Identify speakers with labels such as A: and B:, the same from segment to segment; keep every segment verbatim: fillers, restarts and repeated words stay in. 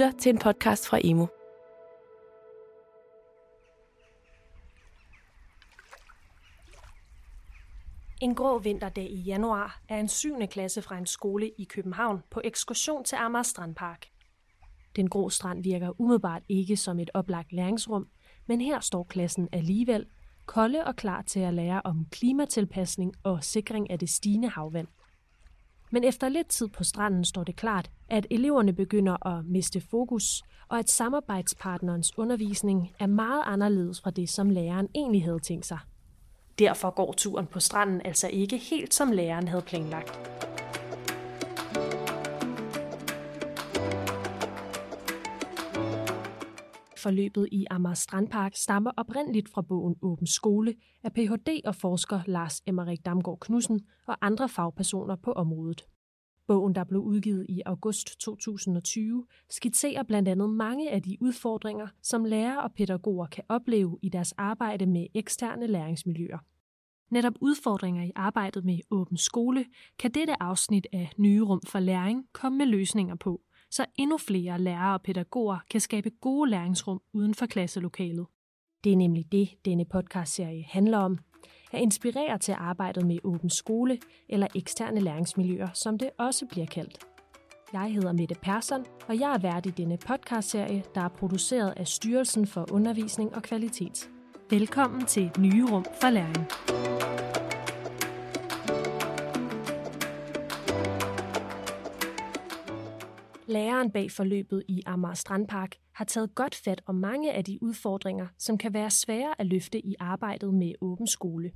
A: lytter til en podcast fra Emo. En grå vinterdag i januar er en syvende klasse fra en skole i København på ekskursion til Amager Strandpark. Den grå strand virker umiddelbart ikke som et oplagt læringsrum, men her står klassen alligevel, kolde og klar til at lære om klimatilpasning og sikring af det stigende havvand. Men efter lidt tid på stranden står det klart, at eleverne begynder at miste fokus, og at samarbejdspartnerens undervisning er meget anderledes fra det, som læreren egentlig havde tænkt sig. Derfor går turen på stranden altså ikke helt, som læreren havde planlagt. Forløbet i Amager Strandpark stammer oprindeligt fra bogen Åben Skole af P H D og forsker Lars Emmerik Damgaard Knudsen og andre fagpersoner på området. Bogen, der blev udgivet i august to tusind og tyve, skitserer blandt andet mange af de udfordringer, som lærere og pædagoger kan opleve i deres arbejde med eksterne læringsmiljøer. Netop udfordringer i arbejdet med Åben Skole kan dette afsnit af Nye Rum for Læring komme med løsninger på, så endnu flere lærere og pædagoger kan skabe gode læringsrum uden for klasselokalet. Det er nemlig det, denne podcastserie handler om. At inspirere til arbejdet med Åben Skole eller eksterne læringsmiljøer, som det også bliver kaldt. Jeg hedder Mette Persson, og jeg er vært i denne podcastserie, der er produceret af Styrelsen for Undervisning og Kvalitet. Velkommen til Nye Rum for Læring. Læreren bag forløbet i Amager Strandpark har taget godt fat om mange af de udfordringer, som kan være svære at løfte i arbejdet med Åben Skole.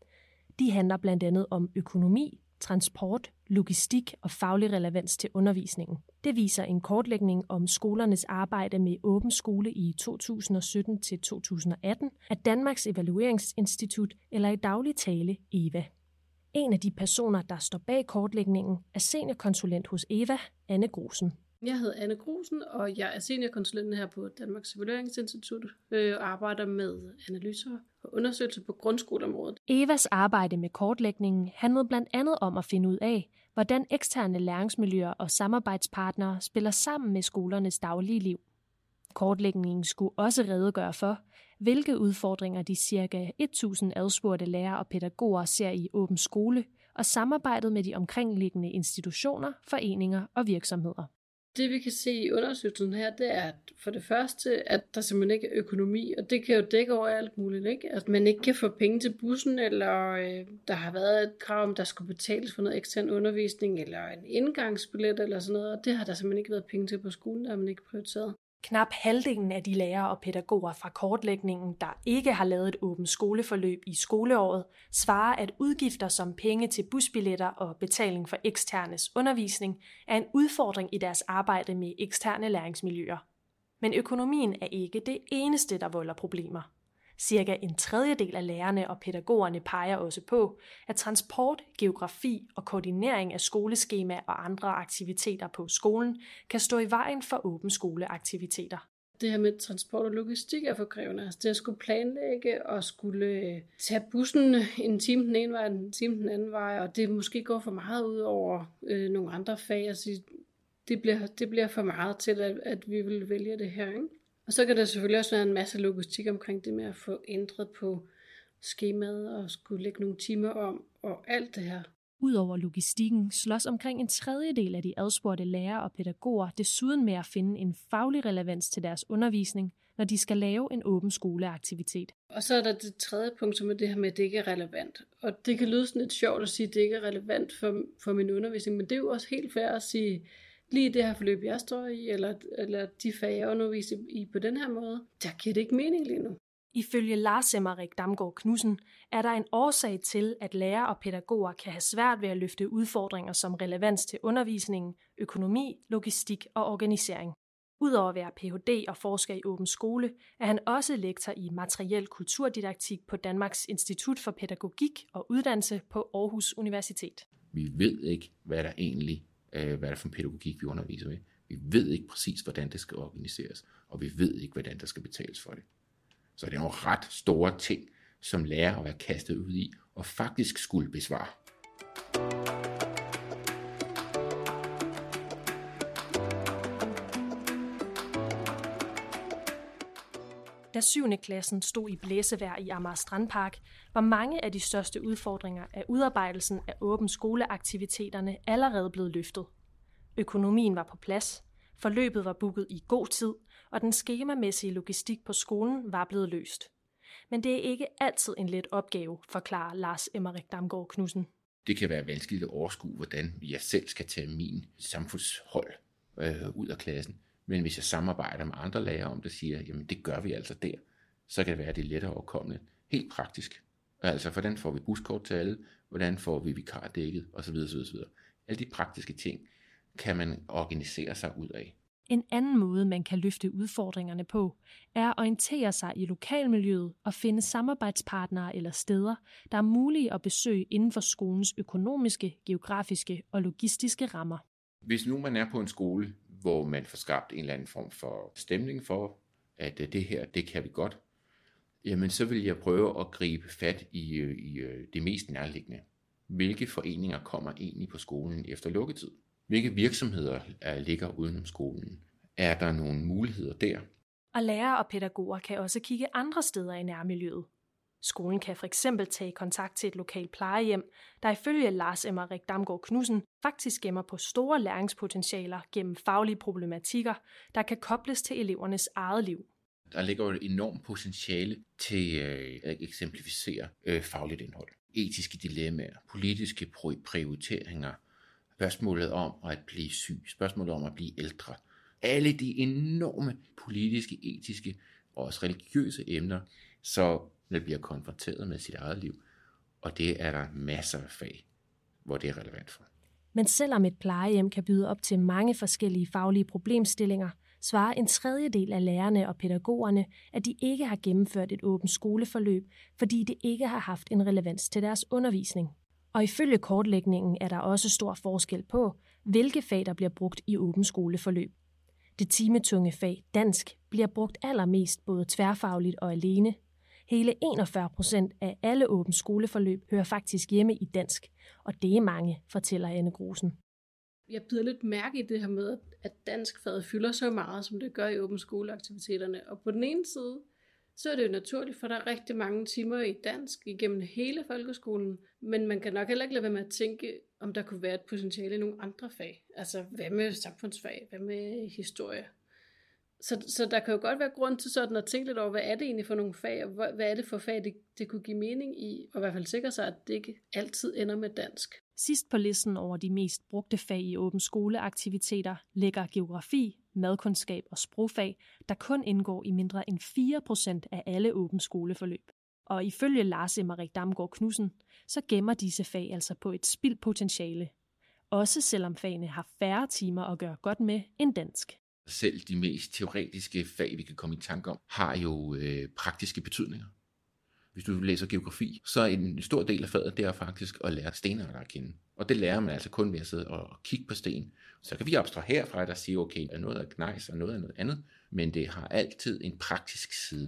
A: De handler blandt andet om økonomi, transport, logistik og faglig relevans til undervisningen. Det viser en kortlægning om skolernes arbejde med Åben Skole i to tusind og sytten til to tusind og atten af Danmarks Evalueringsinstitut, eller i daglig tale EVA. En af de personer, der står bag kortlægningen, er seniorkonsulent hos EVA, Anne Grosen.
B: Jeg hedder Anne Grosen, og jeg er seniorkonsulent her på Danmarks Evalueringsinstitut og arbejder med analyser og undersøgelser på grundskoleområdet.
A: EVAs arbejde med kortlægningen handlede blandt andet om at finde ud af, hvordan eksterne læringsmiljøer og samarbejdspartnere spiller sammen med skolernes daglige liv. Kortlægningen skulle også redegøre for, hvilke udfordringer de ca. tusind adspurgte lærere og pædagoger ser i Åben Skole og samarbejdet med de omkringliggende institutioner, foreninger og virksomheder.
B: Det vi kan se i undersøgelsen her, det er at for det første, at der simpelthen ikke er økonomi, og det kan jo dække over alt muligt, ikke? At man ikke kan få penge til bussen, eller øh, der har været et krav om, der skulle betales for noget ekstern undervisning, eller en indgangsbillet eller sådan noget, og det har der simpelthen ikke været penge til på skolen, der har man ikke prioriteret.
A: Knap halvdelen af de lærere og pædagoger fra kortlægningen, der ikke har lavet et åbent skoleforløb i skoleåret, svarer, at udgifter som penge til busbilletter og betaling for eksternes undervisning er en udfordring i deres arbejde med eksterne læringsmiljøer. Men økonomien er ikke det eneste, der volder problemer. Cirka en tredjedel af lærerne og pædagogerne peger også på, at transport, geografi og koordinering af skoleskema og andre aktiviteter på skolen kan stå i vejen for åben skoleaktiviteter.
B: Det her med transport og logistik er for krævende. Altså det at skulle planlægge og skulle tage bussen en time den ene vej, en time den anden vej, og det måske går for meget ud over øh, nogle andre fag. Altså, det, bliver, det bliver for meget til, at, at vi vil vælge det her, ikke? Og så kan der selvfølgelig også være en masse logistik omkring det med at få ændret på skemaet og skulle lægge nogle timer om og alt det her.
A: Udover logistikken slås omkring en tredjedel af de adspurgte lærere og pædagoger desuden med at finde en faglig relevans til deres undervisning, når de skal lave en åben skoleaktivitet.
B: Og så er der det tredje punkt, som er det her med, at det ikke er relevant. Og det kan lyde sådan lidt sjovt at sige, at det ikke er relevant for, for min undervisning, men det er jo også helt fair at sige, lige det her forløb, jeg står i, eller, eller de fag, jeg underviser i på den her måde, der giver det ikke mening lige nu.
A: Ifølge Lars Emmerik Damgaard Knudsen er der en årsag til, at lærere og pædagoger kan have svært ved at løfte udfordringer som relevans til undervisningen, økonomi, logistik og organisering. Udover at være P H D og forsker i Åben Skole, er han også lektor i materiel kulturdidaktik på Danmarks Institut for Pædagogik og Uddannelse på Aarhus Universitet.
C: Vi ved ikke, hvad der egentlig hvad er det for en pædagogik, vi underviser med. Vi ved ikke præcis, hvordan det skal organiseres, og vi ved ikke, hvordan der skal betales for det. Så det er nogle ret store ting, som lærer at være kastet ud i, og faktisk skulle besvare.
A: syvende klassen stod i blæsevejr i Amager Strandpark, var mange af de største udfordringer af udarbejdelsen af åben skoleaktiviteterne allerede blevet løftet. Økonomien var på plads, forløbet var booket i god tid, og den skemamæssige logistik på skolen var blevet løst. Men det er ikke altid en let opgave, forklarer Lars Emmerik Damgaard Knudsen.
C: Det kan være vanskeligt at overskue, hvordan jeg selv skal tage min samfundshold øh, ud af klassen. Men hvis jeg samarbejder med andre lærere om det, siger, jamen det gør vi altså der, så kan det være, at det er lettere overkommeligt. Helt praktisk. Altså, hvordan får vi buskort til alle? Hvordan får vi vikardækket? Og så videre, så videre, så videre. Alle de praktiske ting kan man organisere sig ud af.
A: En anden måde, man kan løfte udfordringerne på, er at orientere sig i lokalmiljøet og finde samarbejdspartnere eller steder, der er mulige at besøge inden for skolens økonomiske, geografiske og logistiske rammer.
C: Hvis nu man er på en skole, hvor man får skabt en eller anden form for stemning for, at det her, det kan vi godt, jamen så vil jeg prøve at gribe fat i, i det mest nærliggende. Hvilke foreninger kommer egentlig på skolen efter lukketid? Hvilke virksomheder ligger udenom skolen? Er der nogle muligheder der?
A: Og lærere og pædagoger kan også kigge andre steder i nærmiljøet. Skolen kan for eksempel tage kontakt til et lokalt plejehjem, der ifølge Lars Emmerik Damgaard Knudsen faktisk gemmer på store læringspotentialer gennem faglige problematikker, der kan kobles til elevernes eget liv.
C: Der ligger jo et enormt potentiale til at eksemplificere fagligt indhold. Etiske dilemmaer, politiske prioriteringer, spørgsmålet om at blive syg, spørgsmålet om at blive ældre. Alle de enorme politiske, etiske og også religiøse emner, så man bliver konfronteret med sit eget liv. Og det er der masser af fag, hvor det er relevant for.
A: Men selvom et plejehjem kan byde op til mange forskellige faglige problemstillinger, svarer en tredjedel af lærerne og pædagogerne, at de ikke har gennemført et åbent skoleforløb, fordi det ikke har haft en relevans til deres undervisning. Og ifølge kortlægningen er der også stor forskel på, hvilke fag der bliver brugt i åbent skoleforløb. Det timetunge fag dansk bliver brugt allermest både tværfagligt og alene. Hele enogfyrre procent af alle åbent skoleforløb hører faktisk hjemme i dansk, og det er mange, fortæller Anne Grusen.
B: Jeg bider lidt mærke i det her med, at danskfaget fylder så meget, som det gør i åbent skoleaktiviteterne. Og på den ene side, så er det jo naturligt, for der er rigtig mange timer i dansk igennem hele folkeskolen. Men man kan nok heller ikke lade være med at tænke, om der kunne være et potentiale i nogle andre fag. Altså, hvad med samfundsfag? Hvad med historie? Så, så der kan jo godt være grund til sådan at tænke lidt over, hvad er det egentlig for nogle fag, og hvad er det for fag, det, det kunne give mening i, og i hvert fald sikre sig, at det ikke altid ender med dansk.
A: Sidst på listen over de mest brugte fag i åben skoleaktiviteter ligger geografi, madkundskab og sprogfag, der kun indgår i mindre end fire procent af alle åben skoleforløb. Og ifølge Lars Emmerik Damgaard Knudsen, så gemmer disse fag altså på et spildt potentiale. Også selvom fagene har færre timer at gøre godt med end dansk.
C: Selv de mest teoretiske fag, vi kan komme i tanke om, har jo øh, praktiske betydninger. Hvis du læser geografi, så er en stor del af faget, det er faktisk at lære stenarter at kende. Og det lærer man altså kun ved at sidde og kigge på sten. Så kan vi abstrahere herfra, der siger, okay, er noget af gnejs og noget af noget andet, men det har altid en praktisk side.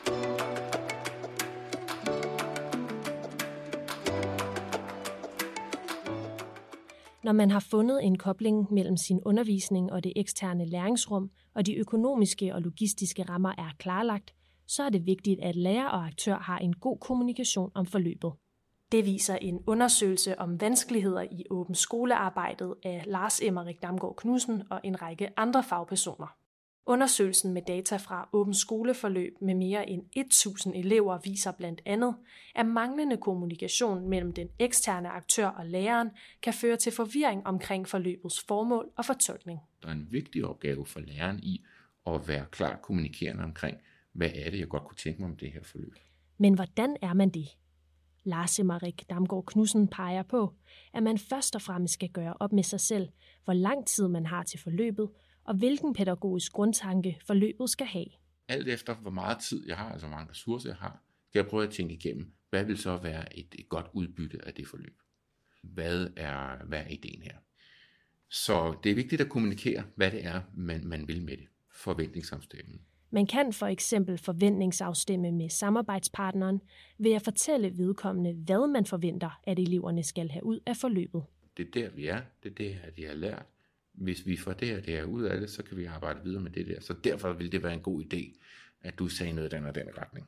A: Når man har fundet en kobling mellem sin undervisning og det eksterne læringsrum, og de økonomiske og logistiske rammer er klarlagt, så er det vigtigt, at lærer og aktør har en god kommunikation om forløbet. Det viser en undersøgelse om vanskeligheder i åbent skolearbejdet af Lars Emmerik Damgaard Knudsen og en række andre fagpersoner. Undersøgelsen med data fra åbent skoleforløb med mere end tusind elever viser blandt andet, at manglende kommunikation mellem den eksterne aktør og læreren kan føre til forvirring omkring forløbets formål og fortolkning.
C: Der er en vigtig opgave for læreren i at være klart kommunikerende omkring, hvad er det, jeg godt kunne tænke mig om det her forløb.
A: Men hvordan er man det? Lars Emmerik Damgaard Knudsen peger på, at man først og fremmest skal gøre op med sig selv, hvor lang tid man har til forløbet, og hvilken pædagogisk grundtanke forløbet skal have.
C: Alt efter, hvor meget tid jeg har, altså hvor mange ressourcer jeg har, skal jeg prøve at tænke igennem, hvad vil så være et, et godt udbytte af det forløb? Hvad er, hvad er ideen her? Så det er vigtigt at kommunikere, hvad det er, man, man vil med det. Forventningsafstemning.
A: Man kan for eksempel forventningsafstemme med samarbejdspartneren ved at fortælle vedkommende, hvad man forventer, at eleverne skal have ud af forløbet.
C: Det er der, vi er. Det er det her, de har lært. Hvis vi får det her, det her ud af det, så kan vi arbejde videre med det der. Så derfor vil det være en god idé, at du sagde noget i den og den retning.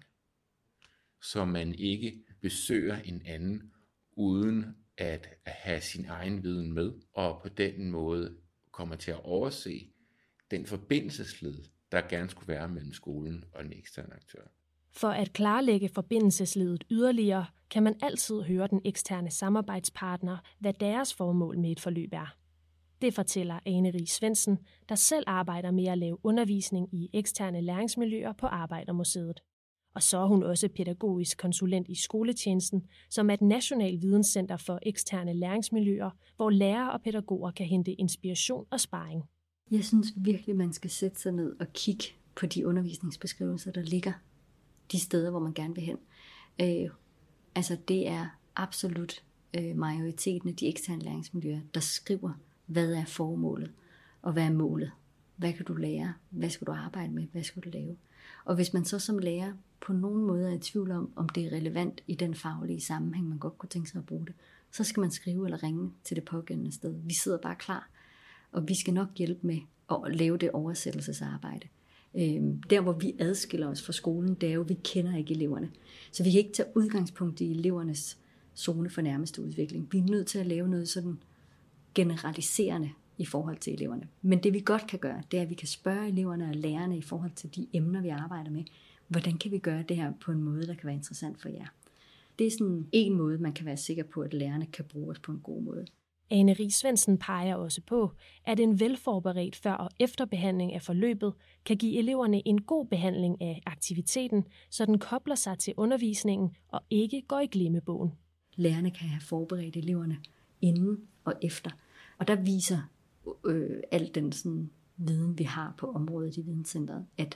C: Så man ikke besøger en anden uden at have sin egen viden med, og på den måde kommer til at overse den forbindelsesled, der gerne skulle være mellem skolen og den eksterne aktør.
A: For at klarlægge forbindelsesledet yderligere, kan man altid høre den eksterne samarbejdspartner, hvad deres formål med et forløb er. Det fortæller Ane Rie Svendsen, der selv arbejder med at lave undervisning i eksterne læringsmiljøer på Arbejdermuseet. Og så er hun også pædagogisk konsulent i skoletjenesten, som er et nationalt videnscenter for eksterne læringsmiljøer, hvor lærere og pædagoger kan hente inspiration og sparring.
D: Jeg synes virkelig, man skal sætte sig ned og kigge på de undervisningsbeskrivelser, der ligger de steder, hvor man gerne vil hen. Øh, altså det er absolut øh, majoriteten af de eksterne læringsmiljøer, der skriver, hvad er formålet, og hvad er målet. Hvad kan du lære? Hvad skal du arbejde med? Hvad skal du lave? Og hvis man så som lærer på nogen måde er i tvivl om, om det er relevant i den faglige sammenhæng, man godt kunne tænke sig at bruge det, så skal man skrive eller ringe til det pågældende sted. Vi sidder bare klar, og vi skal nok hjælpe med at lave det oversættelsesarbejde. Der, hvor vi adskiller os fra skolen, det er jo, at vi kender ikke eleverne. Så vi kan ikke tage udgangspunkt i elevernes zone for nærmeste udvikling. Vi er nødt til at lave noget sådan generaliserende i forhold til eleverne. Men det vi godt kan gøre, det er, at vi kan spørge eleverne og lærerne i forhold til de emner, vi arbejder med. Hvordan kan vi gøre det her på en måde, der kan være interessant for jer? Det er sådan en måde, man kan være sikker på, at lærerne kan bruge os på en god måde.
A: Ane Rie Svendsen peger også på, at en velforberedt før- og efterbehandling af forløbet kan give eleverne en god behandling af aktiviteten, så den kobler sig til undervisningen og ikke går i glemmebogen.
D: Lærerne kan have forberedt eleverne inden og efter, og der viser øh, al den sådan, viden, vi har på området i Videnscentret, at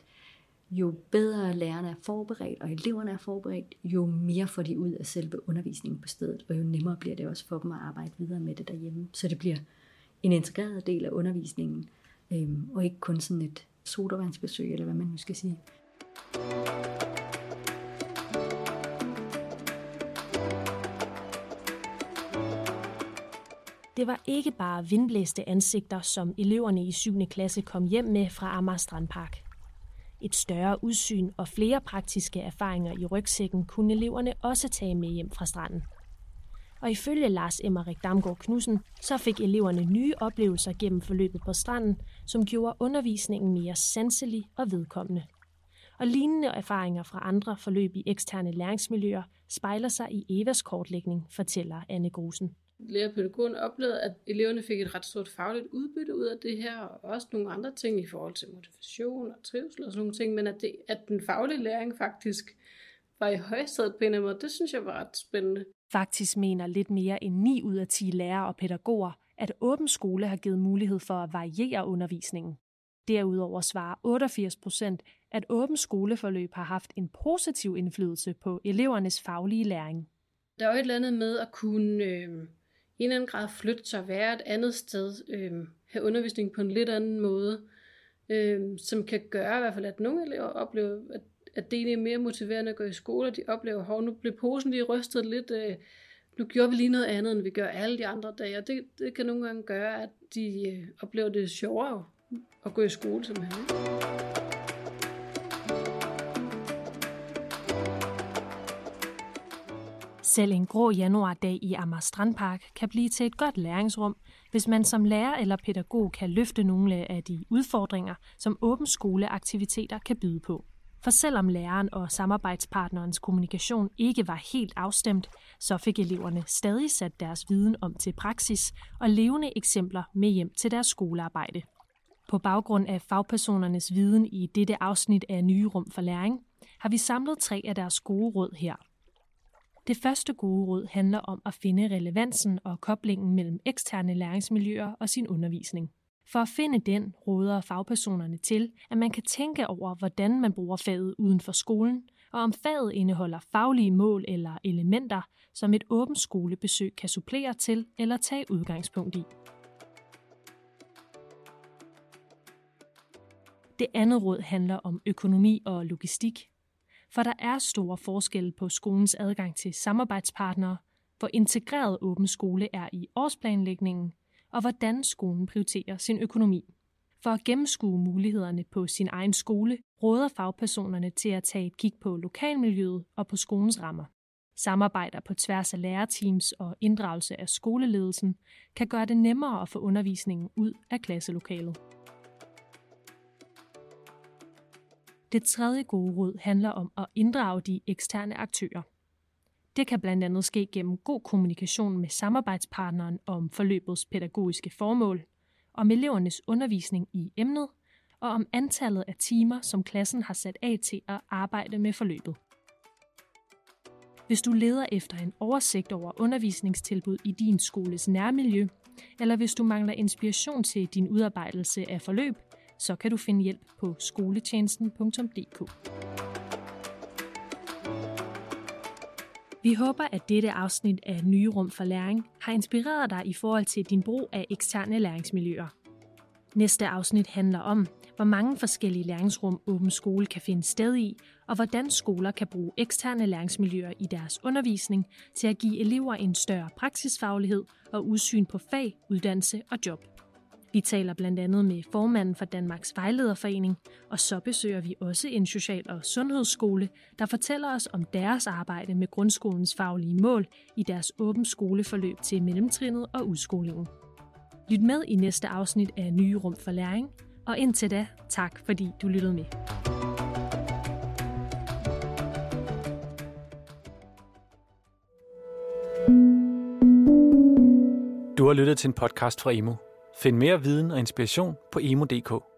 D: jo bedre lærerne er forberedt, og eleverne er forberedt, jo mere får de ud af selve undervisningen på stedet, og jo nemmere bliver det også for dem at arbejde videre med det derhjemme. Så det bliver en integreret del af undervisningen, øhm, og ikke kun sådan et sodavandsbesøg, eller hvad man nu skal sige.
A: Det var ikke bare vindblæste ansigter, som eleverne i syvende klasse kom hjem med fra Amager Strandpark. Et større udsyn og flere praktiske erfaringer i rygsækken kunne eleverne også tage med hjem fra stranden. Og ifølge Lars Emmerik Damgaard Knudsen, så fik eleverne nye oplevelser gennem forløbet på stranden, som gjorde undervisningen mere sanselig og vedkommende. Og lignende erfaringer fra andre forløb i eksterne læringsmiljøer spejler sig i Evas kortlægning, fortæller Anne Grusen.
B: Lærerpædagogen oplevede, at eleverne fik et ret stort fagligt udbytte ud af det her, og også nogle andre ting i forhold til motivation og trivsel og sådan nogle ting, men at, det, at den faglige læring faktisk var i højstedet på en eller anden måde, det synes jeg var ret spændende.
A: Faktisk mener lidt mere end ni ud af ti lærere og pædagoger, at åben skole har givet mulighed for at variere undervisningen. Derudover svarer otteogfirs procent, at åben skoleforløb har haft en positiv indflydelse på elevernes faglige læring.
B: Der er jo et eller andet med at kunne øh, i en eller anden grad flytte sig og være et andet sted, øh, have undervisning på en lidt anden måde, øh, som kan gøre i hvert fald, at nogle elever oplever, at, at det er mere motiverende at gå i skole, og de oplever, at nu blev posen lige rystet lidt, øh, nu gjorde vi lige noget andet, end vi gør alle de andre dage, og det, det kan nogle gange gøre, at de øh, oplever det sjovere at gå i skole simpelthen.
A: Selv en grå januardag i Amager Strandpark kan blive til et godt læringsrum, hvis man som lærer eller pædagog kan løfte nogle af de udfordringer, som åben skoleaktiviteter kan byde på. For selvom læreren og samarbejdspartnerens kommunikation ikke var helt afstemt, så fik eleverne stadig sat deres viden om til praksis og levende eksempler med hjem til deres skolearbejde. På baggrund af fagpersonernes viden i dette afsnit af Nye Rum for Læring, har vi samlet tre af deres gode råd her. Det første gode råd handler om at finde relevansen og koblingen mellem eksterne læringsmiljøer og sin undervisning. For at finde den råder fagpersonerne til, at man kan tænke over, hvordan man bruger faget uden for skolen, og om faget indeholder faglige mål eller elementer, som et åbent skolebesøg kan supplere til eller tage udgangspunkt i. Det andet råd handler om økonomi og logistik. For der er store forskelle på skolens adgang til samarbejdspartnere, hvor integreret åben skole er i årsplanlægningen, og hvordan skolen prioriterer sin økonomi. For at gennemskue mulighederne på sin egen skole, råder fagpersonerne til at tage et kig på lokalmiljøet og på skolens rammer. Samarbejder på tværs af lærerteams og inddragelse af skoleledelsen kan gøre det nemmere at få undervisningen ud af klasselokalet. Det tredje gode råd handler om at inddrage de eksterne aktører. Det kan blandt andet ske gennem god kommunikation med samarbejdspartneren om forløbets pædagogiske formål, om elevernes undervisning i emnet og om antallet af timer, som klassen har sat af til at arbejde med forløbet. Hvis du leder efter en oversigt over undervisningstilbud i din skoles nærmiljø, eller hvis du mangler inspiration til din udarbejdelse af forløb, så kan du finde hjælp på skoletjenesten punktum d k. Vi håber, at dette afsnit af Nye Rum for Læring har inspireret dig i forhold til din brug af eksterne læringsmiljøer. Næste afsnit handler om, hvor mange forskellige læringsrum Åben Skole kan finde sted i, og hvordan skoler kan bruge eksterne læringsmiljøer i deres undervisning til at give elever en større praksisfaglighed og udsyn på fag, uddannelse og job. Vi taler blandt andet med formanden for Danmarks Vejlederforening, og så besøger vi også en social- og sundhedsskole, der fortæller os om deres arbejde med grundskolens faglige mål i deres åben skoleforløb til mellemtrinnet og udskolingen. Lyt med i næste afsnit af Nye Rum for Læring, og indtil da, tak fordi du lyttede med.
E: Du har lyttet til en podcast fra Emo. Find mere viden og inspiration på emo punktum d k.